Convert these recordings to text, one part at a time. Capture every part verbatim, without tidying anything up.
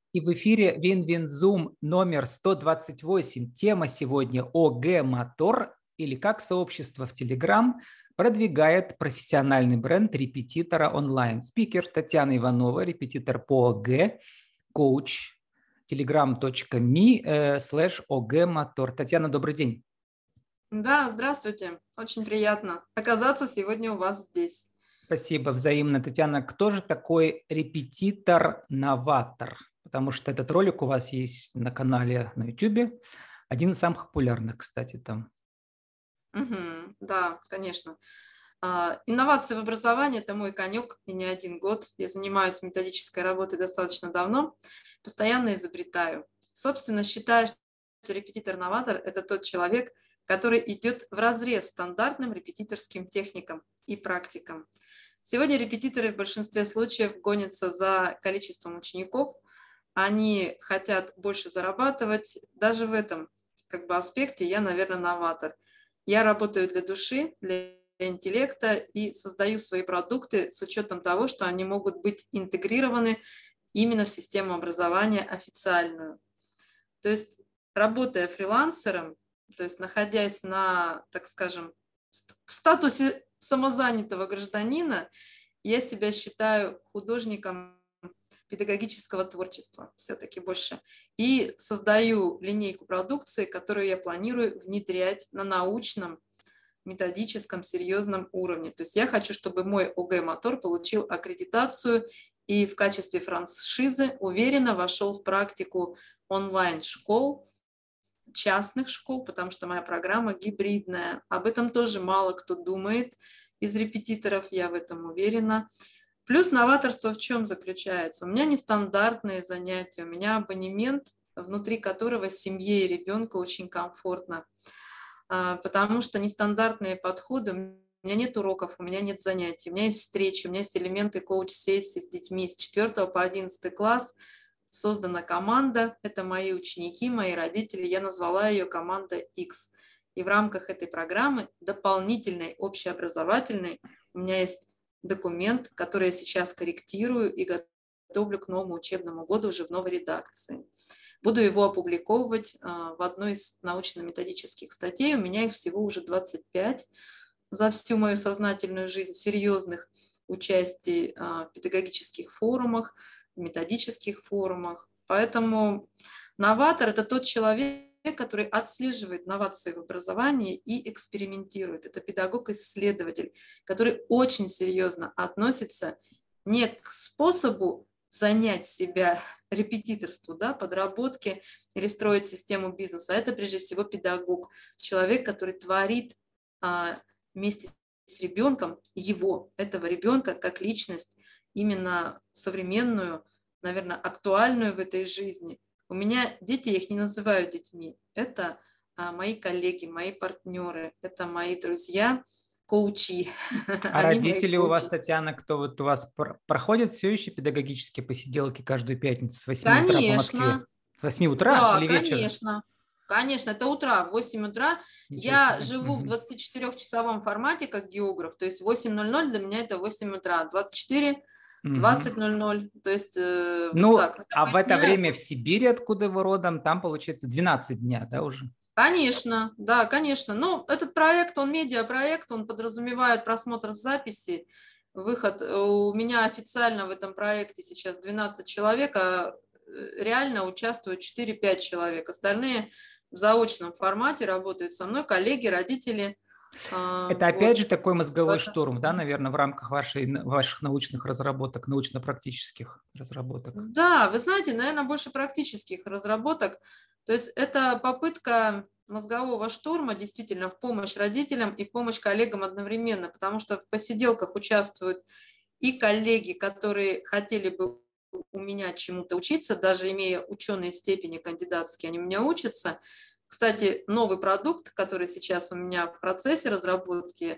И в эфире Винвинзум номер сто двадцать восемь. Тема сегодня ОГ Мотор, или как сообщество в Telegram продвигает профессиональный бренд репетитора онлайн. Спикер Татьяна Иванова, репетитор по ОГ, коуч, telegram.me слэш ОГ Мотор. Татьяна, добрый день. Да, здравствуйте. Очень приятно оказаться сегодня у вас здесь. Спасибо, взаимно. Татьяна, кто же такой репетитор-новатор? Потому что этот ролик у вас есть на канале на YouTube. Один из самых популярных, кстати, там. Угу, да, конечно. А, инновации в образовании – это мой конек, и не один год. Я занимаюсь методической работой достаточно давно, постоянно изобретаю. Собственно, считаю, что репетитор-новатор – это тот человек, который идет вразрез стандартным репетиторским техникам и практикам. Сегодня репетиторы в большинстве случаев гонятся за количеством учеников, они хотят больше зарабатывать. Даже в этом как бы аспекте я, наверное, новатор. Я работаю для души, для интеллекта и создаю свои продукты с учетом того, что они могут быть интегрированы именно в систему образования официальную. То есть, работая фрилансером, то есть находясь на, так скажем, в статусе самозанятого гражданина, я себя считаю художником педагогического творчества все-таки больше. И создаю линейку продукции, которую я планирую внедрять на научном, методическом, серьезном уровне. То есть я хочу, чтобы мой ОГ Мотор получил аккредитацию и в качестве франшизы уверенно вошел в практику онлайн-школ, частных школ, потому что моя программа гибридная. Об этом тоже мало кто думает из репетиторов, я в этом уверена. Плюс новаторство в чем заключается? У меня нестандартные занятия, у меня абонемент, внутри которого семье и ребенку очень комфортно, потому что нестандартные подходы, у меня нет уроков, у меня нет занятий, у меня есть встречи, у меня есть элементы коуч-сессии с детьми с четвёртого по одиннадцатый класс. Создана команда, это мои ученики, мои родители, я назвала ее команда X. И в рамках этой программы дополнительной, общеобразовательной, у меня есть документ, который я сейчас корректирую и готовлю к новому учебному году уже в новой редакции. Буду его опубликовывать в одной из научно-методических статей. У меня их всего уже двадцать пять за всю мою сознательную жизнь, серьезных участий в педагогических форумах, методических форумах. Поэтому новатор – это тот человек, который отслеживает новации в образовании и экспериментирует. Это педагог-исследователь, который очень серьезно относится не к способу занять себя репетиторству, да, подработке или строить систему бизнеса, а это прежде всего педагог, человек, который творит а, вместе с ребенком его, этого ребенка как личность, именно современную, наверное, актуальную в этой жизни. У меня дети, я их не называю детьми, это а, мои коллеги, мои партнеры, это мои друзья, коучи. А родители у вас, Татьяна, кто вот у вас проходят все еще педагогические посиделки каждую пятницу с восьми утра по Москве? С восьми утра да, или вечера? Конечно. Конечно, это утро, в восемь утра. Ничего я себе. живу Угу. в двадцатичетырёхчасовом формате как географ, то есть восемь ноль ноль для меня это восемь утра, двадцать четыре двадцать ноль ноль, то есть э, ну, вот так. А в это поясняю. время в Сибири, откуда вы родом, там получается двенадцать дня, да, уже? Конечно, да, конечно. Но этот проект, он медиапроект, он подразумевает просмотр в записи, выход. У меня официально в этом проекте сейчас двенадцать человек, а реально участвуют четыре-пять человек. Остальные в заочном формате работают со мной, коллеги, родители. Это опять вот. же такой мозговой Это... штурм, да, наверное, в рамках вашей, ваших научных разработок, научно-практических разработок? Да, вы знаете, наверное, больше практических разработок. То есть это попытка мозгового штурма действительно в помощь родителям и в помощь коллегам одновременно, потому что в посиделках участвуют и коллеги, которые хотели бы у меня чему-то учиться, даже имея ученые степени кандидатские, они у меня учатся. Кстати, новый продукт, который сейчас у меня в процессе разработки,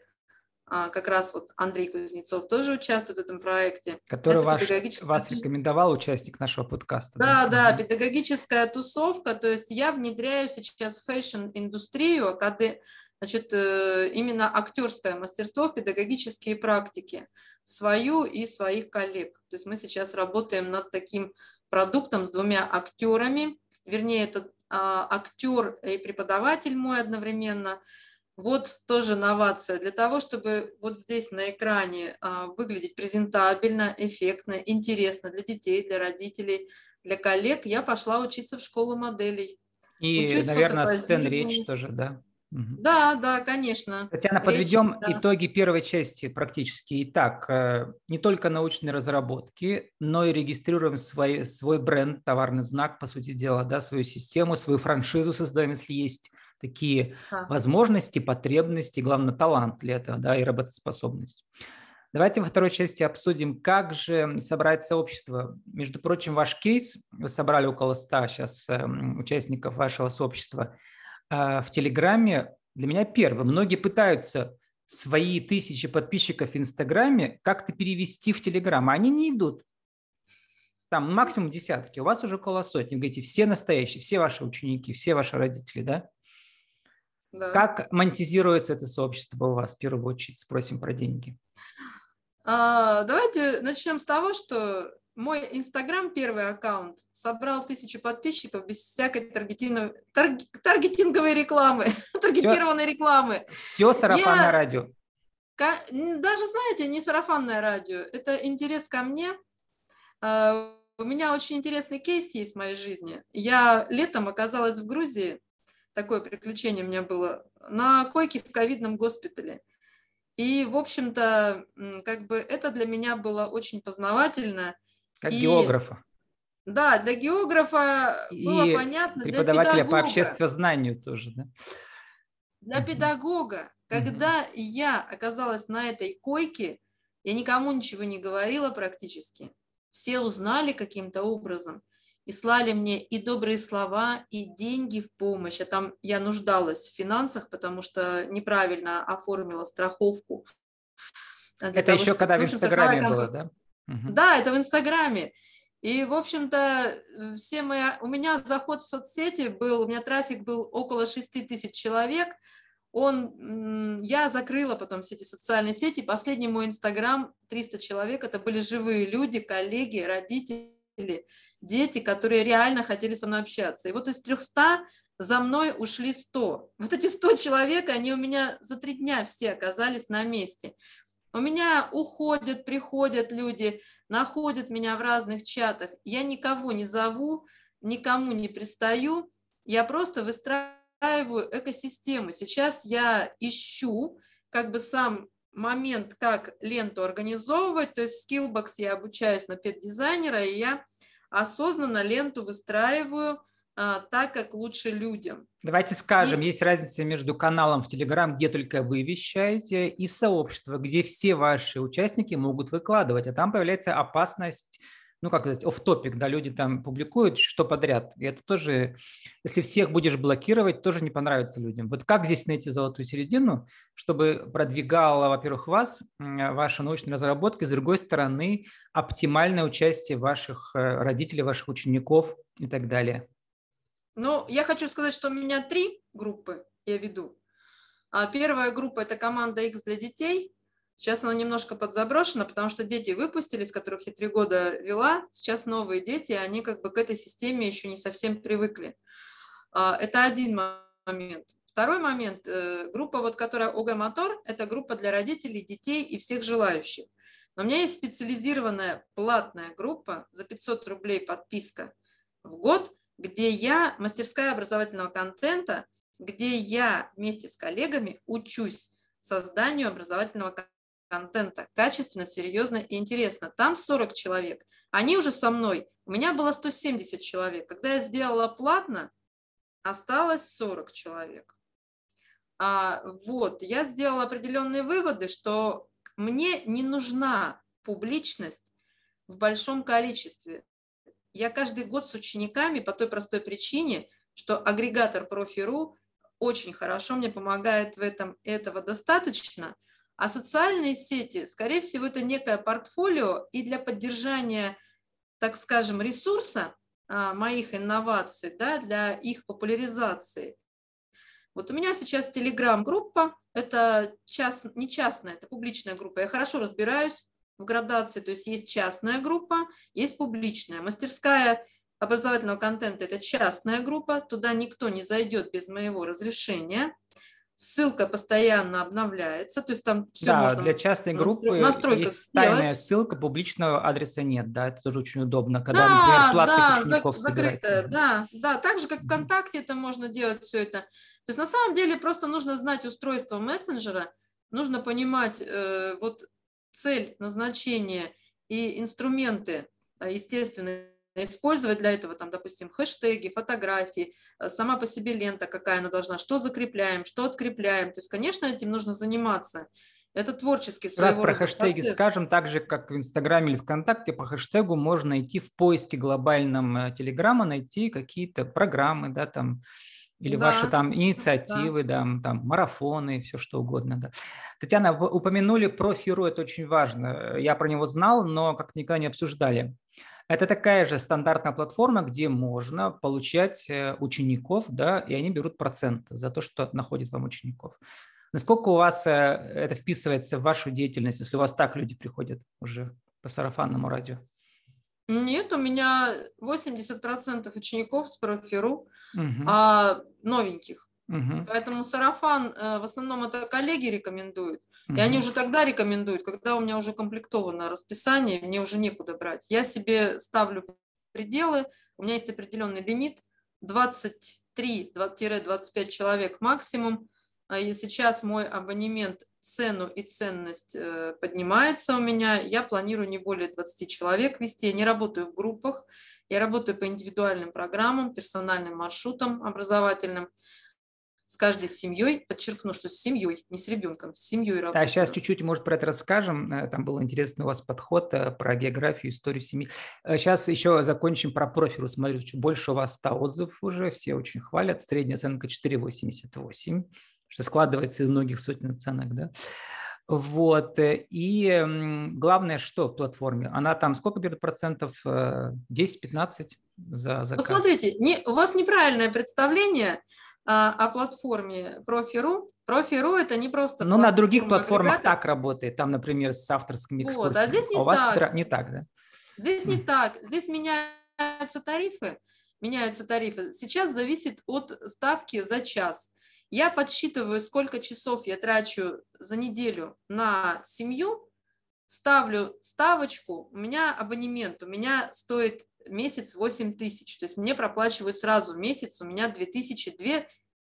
как раз вот Андрей Кузнецов тоже участвует в этом проекте. Который это ваш, педагогическая... вас рекомендовал, участник нашего подкаста. Да, да, да, педагогическая тусовка, то есть я внедряю сейчас фэшн-индустрию, значит, именно актерское мастерство в педагогические практики, свою и своих коллег. То есть мы сейчас работаем над таким продуктом с двумя актерами, вернее, это актер и преподаватель мой одновременно. Вот тоже новация. Для того, чтобы вот здесь на экране выглядеть презентабельно, эффектно, интересно для детей, для родителей, для коллег, я пошла учиться в школу моделей. И, Учусь наверное, сцен речь фотопозированию. тоже, да? Угу. Да, да, конечно. Татьяна, Речь, подведем да. итоги первой части практически. Итак, не только научные разработки, но и регистрируем свой, свой бренд, товарный знак, по сути дела, да, свою систему, свою франшизу создаем, если есть такие Да. возможности, потребности, главное, талант для этого, да, и работоспособность. Давайте во второй части обсудим, как же собрать сообщество. Между прочим, ваш кейс, вы собрали около ста сейчас участников вашего сообщества в Телеграме, для меня первый. Многие пытаются свои тысячи подписчиков в Инстаграме как-то перевести в Телеграм, а они не идут. Там максимум десятки, у вас уже около сотни. Вы говорите, все настоящие, все ваши ученики, все ваши родители, да? Да. Как монетизируется это сообщество у вас? В первую очередь спросим про деньги. А, давайте начнем с того, что мой Инстаграм, первый аккаунт, собрал тысячу подписчиков без всякой таргетинговой, тарг, таргетинговой рекламы, таргетированной рекламы. Все сарафанное Я, радио. даже, знаете, не сарафанное радио, это интерес ко мне. А, у меня очень интересный кейс есть в моей жизни. Я летом оказалась в Грузии, такое приключение у меня было, на койке в ковидном госпитале. И, в общем-то, как бы это для меня было очень познавательно. Как и, географа. Да, для географа и было понятно, для преподавателя педагога. по обществознанию тоже, да? Для угу. педагога. Когда угу. я оказалась на этой койке, я никому ничего не говорила практически. Все узнали каким-то образом и слали мне и добрые слова, и деньги в помощь. А там я нуждалась в финансах, потому что неправильно оформила страховку. Это того, еще чтобы, когда в Инстаграме было, да? Угу. Да, это в Инстаграме. И, в общем-то, все мои... у меня заход в соцсети был, у меня трафик был около шести тысяч человек. Он... Я закрыла потом все эти социальные сети. Последний мой Инстаграм, триста человек, это были живые люди, коллеги, родители, дети, которые реально хотели со мной общаться. И вот из трёхсот за мной ушли сто. Вот эти сто человек, они у меня за три дня все оказались на месте. У меня уходят, приходят люди, находят меня в разных чатах. Я никого не зову, никому не пристаю. Я просто выстраиваю экосистему. Сейчас я ищу как бы сам момент, как ленту организовывать. То есть в Skillbox я обучаюсь на педдизайнера, и я осознанно ленту выстраиваю а, так, как лучше людям. Давайте скажем, и... есть разница между каналом в Telegram, где только вы вещаете, и сообщество, где все ваши участники могут выкладывать, а там появляется опасность, ну, как сказать, офф-топик, да, люди там публикуют что подряд, и это тоже, если всех будешь блокировать, тоже не понравится людям. Вот как здесь найти золотую середину, чтобы продвигало, во-первых, вас, ваши научные разработки, с другой стороны, оптимальное участие ваших родителей, ваших учеников и так далее? Ну, я хочу сказать, что у меня три группы я веду. Первая группа – это команда X для детей. Сейчас она немножко подзаброшена, потому что дети выпустились, которых я три года вела. Сейчас новые дети, они как бы к этой системе еще не совсем привыкли. Это один момент. Второй момент. Группа, вот, которая ОГЭ Мотор, это группа для родителей, детей и всех желающих. Но у меня есть специализированная платная группа за пятьсот рублей подписка в год, где я, мастерская образовательного контента, где я вместе с коллегами учусь созданию образовательного контента качественно, серьезно и интересно. Там сорок человек. Они уже со мной. У меня было сто семьдесят человек. Когда я сделала платно, осталось сорок человек. А, вот, я сделала определенные выводы, что мне не нужна публичность в большом количестве. Я каждый год с учениками по той простой причине, что агрегатор Профи.ру очень хорошо мне помогает в этом, этого достаточно. А социальные сети, скорее всего, это некое портфолио, и для поддержания, так скажем, ресурса а, моих инноваций, да, для их популяризации, Вот у меня сейчас телеграм-группа, это част, не частная, это публичная группа. Я хорошо разбираюсь в градации, то есть есть частная группа, есть публичная. Мастерская образовательного контента – это частная группа, туда никто не зайдет без моего разрешения. Ссылка постоянно обновляется, то есть там все Да, можно для частной в группы настройках есть тайная сделать. ссылка, публичного адреса нет, да, это тоже очень удобно, когда, например, Да, платных да, зак- учеников собирать. закрытая, да, да, так же, как Мгм. ВКонтакте это можно делать все это. То есть на самом деле просто нужно знать устройство мессенджера, нужно понимать э, вот цель, назначение и инструменты, э, естественно, использовать для этого, там, допустим, хэштеги, фотографии, э, сама по себе лента, какая она должна, что закрепляем, что открепляем. То есть, конечно, этим нужно заниматься. Это творческий Раз своего про рода хэштеги процесс. скажем, так же, как в Инстаграме или ВКонтакте, по хэштегу можно найти в поиске глобальном э, Телеграма, найти какие-то программы, да, там, или ваши Да, там да. инициативы, да, м, там, марафоны, все что угодно, да. Татьяна, вы упомянули про Фиру, это очень важно. Я про него знал, но как-то никогда не обсуждали. Это такая же стандартная платформа, где можно получать э, учеников, да, и они берут процент за то, что находят вам учеников. Насколько у вас э, это вписывается в вашу деятельность, если у вас так люди приходят уже по сарафанному радио? Нет, у меня восемьдесят процентов учеников с профи.ру, Мгм. а новеньких. Мгм. Поэтому сарафан э, в основном это коллеги рекомендуют. И они Мгм. уже тогда рекомендуют, когда у меня уже комплектовано расписание, мне уже некуда брать. Я себе ставлю пределы, у меня есть определенный лимит, двадцать три двадцать пять человек максимум. А И сейчас мой абонемент, цену и ценность э, поднимается у меня. Я планирую не более двадцати человек вести. Я не работаю в группах, я работаю по индивидуальным программам, персональным маршрутам образовательным с каждой семьей, подчеркну, что с семьей, не с ребенком, с семьей Да, сейчас работаю. чуть-чуть, может, про это расскажем. Э, Там был интересный у вас подход э, про географию, историю семьи. Сейчас еще закончим про профиль. Смотрю, чуть больше у вас ста отзывов уже, все очень хвалят. Средняя оценка четыре восемьдесят восемь, что складывается из многих сотен оценок, да. Вот. э, И м, главное, что в платформе? Она там сколько берет процентов? Э, десять-пятнадцать за заказ? Посмотрите, не, у вас неправильное представление а, о платформе профи.ру. Профи.ру это не просто Но на других платформах платформа-агрегатор. так работает. Там, например, с авторскими Вот, а экскурсиями. здесь А у не вас так. это не так, да? Здесь не М. так. Здесь меняются тарифы. Меняются тарифы. Сейчас зависит от ставки за час. Я подсчитываю, сколько часов я трачу за неделю на семью, ставлю ставочку, у меня абонемент, у меня стоит месяц восемь тысяч, то есть мне проплачивают сразу месяц, у меня две тысячи, две,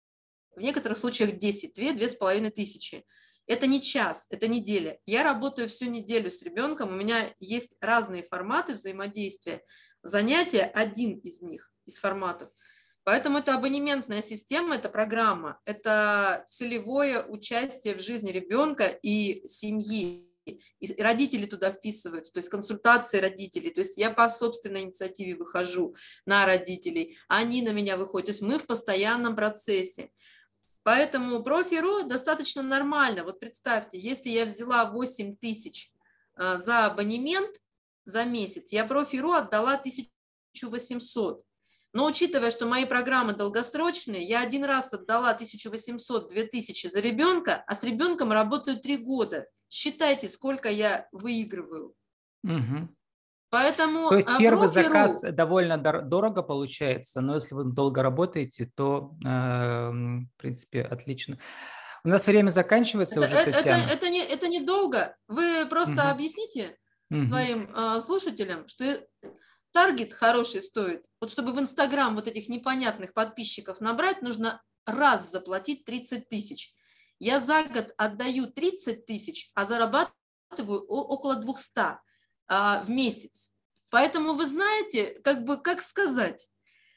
в некоторых случаях десять, две, две с половиной тысячи. Это не час, это неделя. Я работаю всю неделю с ребенком, у меня есть разные форматы взаимодействия. Занятия один из них, из форматов. Поэтому это абонементная система, это программа, это целевое участие в жизни ребенка и семьи. И родители туда вписываются, то есть консультации родителей. То есть я по собственной инициативе выхожу на родителей, они на меня выходят. То есть мы в постоянном процессе. Поэтому профи.ру достаточно нормально. Вот представьте, если я взяла восемь тысяч за абонемент за месяц, я профи.ру отдала тысячу восемьсот. Но учитывая, что мои программы долгосрочные, я один раз отдала тысячу восемьсот - две тысячи за ребенка, а с ребенком работаю три года. Считайте, сколько я выигрываю. Мгм. Поэтому То есть а, первый заказ профи.ру, довольно дор- дорого получается, но если вы долго работаете, то, э, м, в принципе, отлично. У нас время заканчивается это, уже, это, это, Татьяна. это, не, это недолго. Вы просто Мгм. объясните Мгм. своим э, слушателям, что таргет хороший стоит. Вот чтобы в Инстаграм вот этих непонятных подписчиков набрать, нужно раз заплатить тридцать тысяч. Я за год отдаю тридцать тысяч, а зарабатываю около двухсот а, в месяц. Поэтому вы знаете, как бы, как сказать,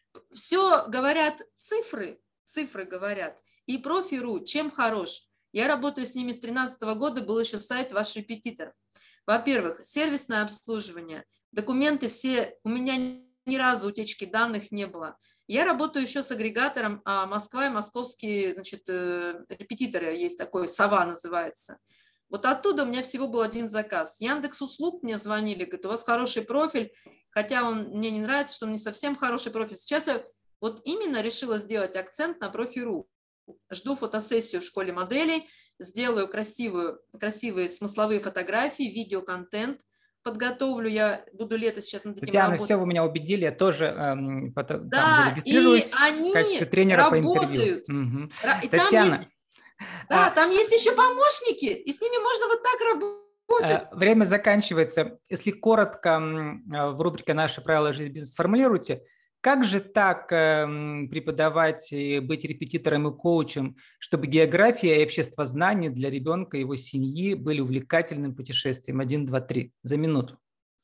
все говорят цифры, цифры говорят. И профи.ру чем хорош? Я работаю с ними с две тысячи тринадцатого года, был еще сайт «Ваш репетитор». Во-первых, сервисное обслуживание, документы все, у меня ни разу утечки данных не было. Я работаю еще с агрегатором а, Москва и московские, значит, э, репетиторы, есть такой, «Сова» называется. Вот оттуда у меня всего был один заказ. Яндекс.Услуг мне звонили, говорят, у вас хороший профиль, хотя он мне не нравится, что он не совсем хороший профиль. Сейчас я вот именно решила сделать акцент на профи.ру. жду фотосессию в школе моделей, сделаю красивую, красивые смысловые фотографии, видеоконтент подготовлю. Я буду лето сейчас над этим Татьяна, работать. все, вы меня убедили, я тоже эм, там Да, и зарегистрируюсь в качестве они тренера по интервью. работают. Угу. И там Татьяна, есть, да, там есть еще помощники, и с ними можно вот так работать. Время заканчивается. Если коротко в рубрике «Наши правила жизни бизнес» формулируйте, как же так преподавать и быть репетитором и коучем, чтобы география и обществознание для ребенка и его семьи были увлекательным путешествием? Один, два, три. За минуту.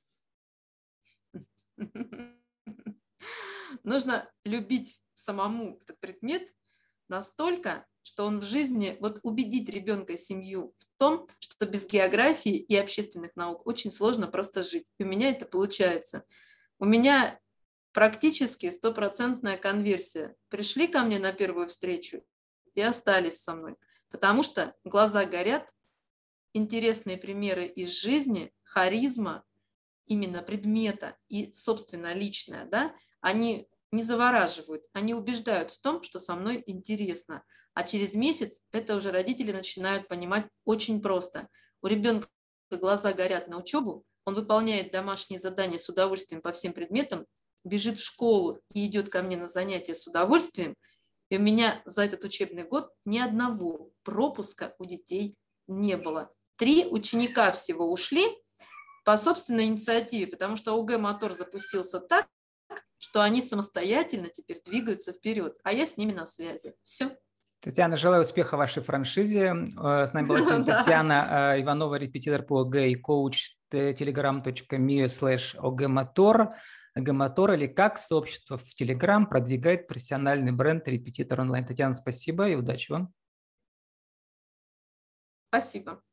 Нужно любить самому этот предмет настолько, что он в жизни, вот убедить ребенка и семью в том, что без географии и общественных наук очень сложно просто жить. И у меня это получается. У меня практически стопроцентная конверсия. Пришли ко мне на первую встречу и остались со мной, потому что глаза горят, интересные примеры из жизни, харизма, именно предмета и, собственно, личное, да, они не завораживают, они убеждают в том, что со мной интересно. А через месяц это уже родители начинают понимать очень просто. У ребенка глаза горят на учебу, он выполняет домашние задания с удовольствием по всем предметам, бежит в школу и идет ко мне на занятия с удовольствием. И у меня за этот учебный год ни одного пропуска у детей не было. Три ученика всего ушли по собственной инициативе, потому что ОГЭ-мотор запустился так, что они самостоятельно теперь двигаются вперед, а я с ними на связи. Все. Татьяна, желаю успеха в вашей франшизе. С нами была сегодня Татьяна Иванова, репетитор по ОГЭ и коуч telegram точка me слэш ogмотор. ОГЭ-мотор или как сообщество в Telegram продвигает профессиональный бренд «Репетитор онлайн». Татьяна, спасибо и удачи вам. Спасибо.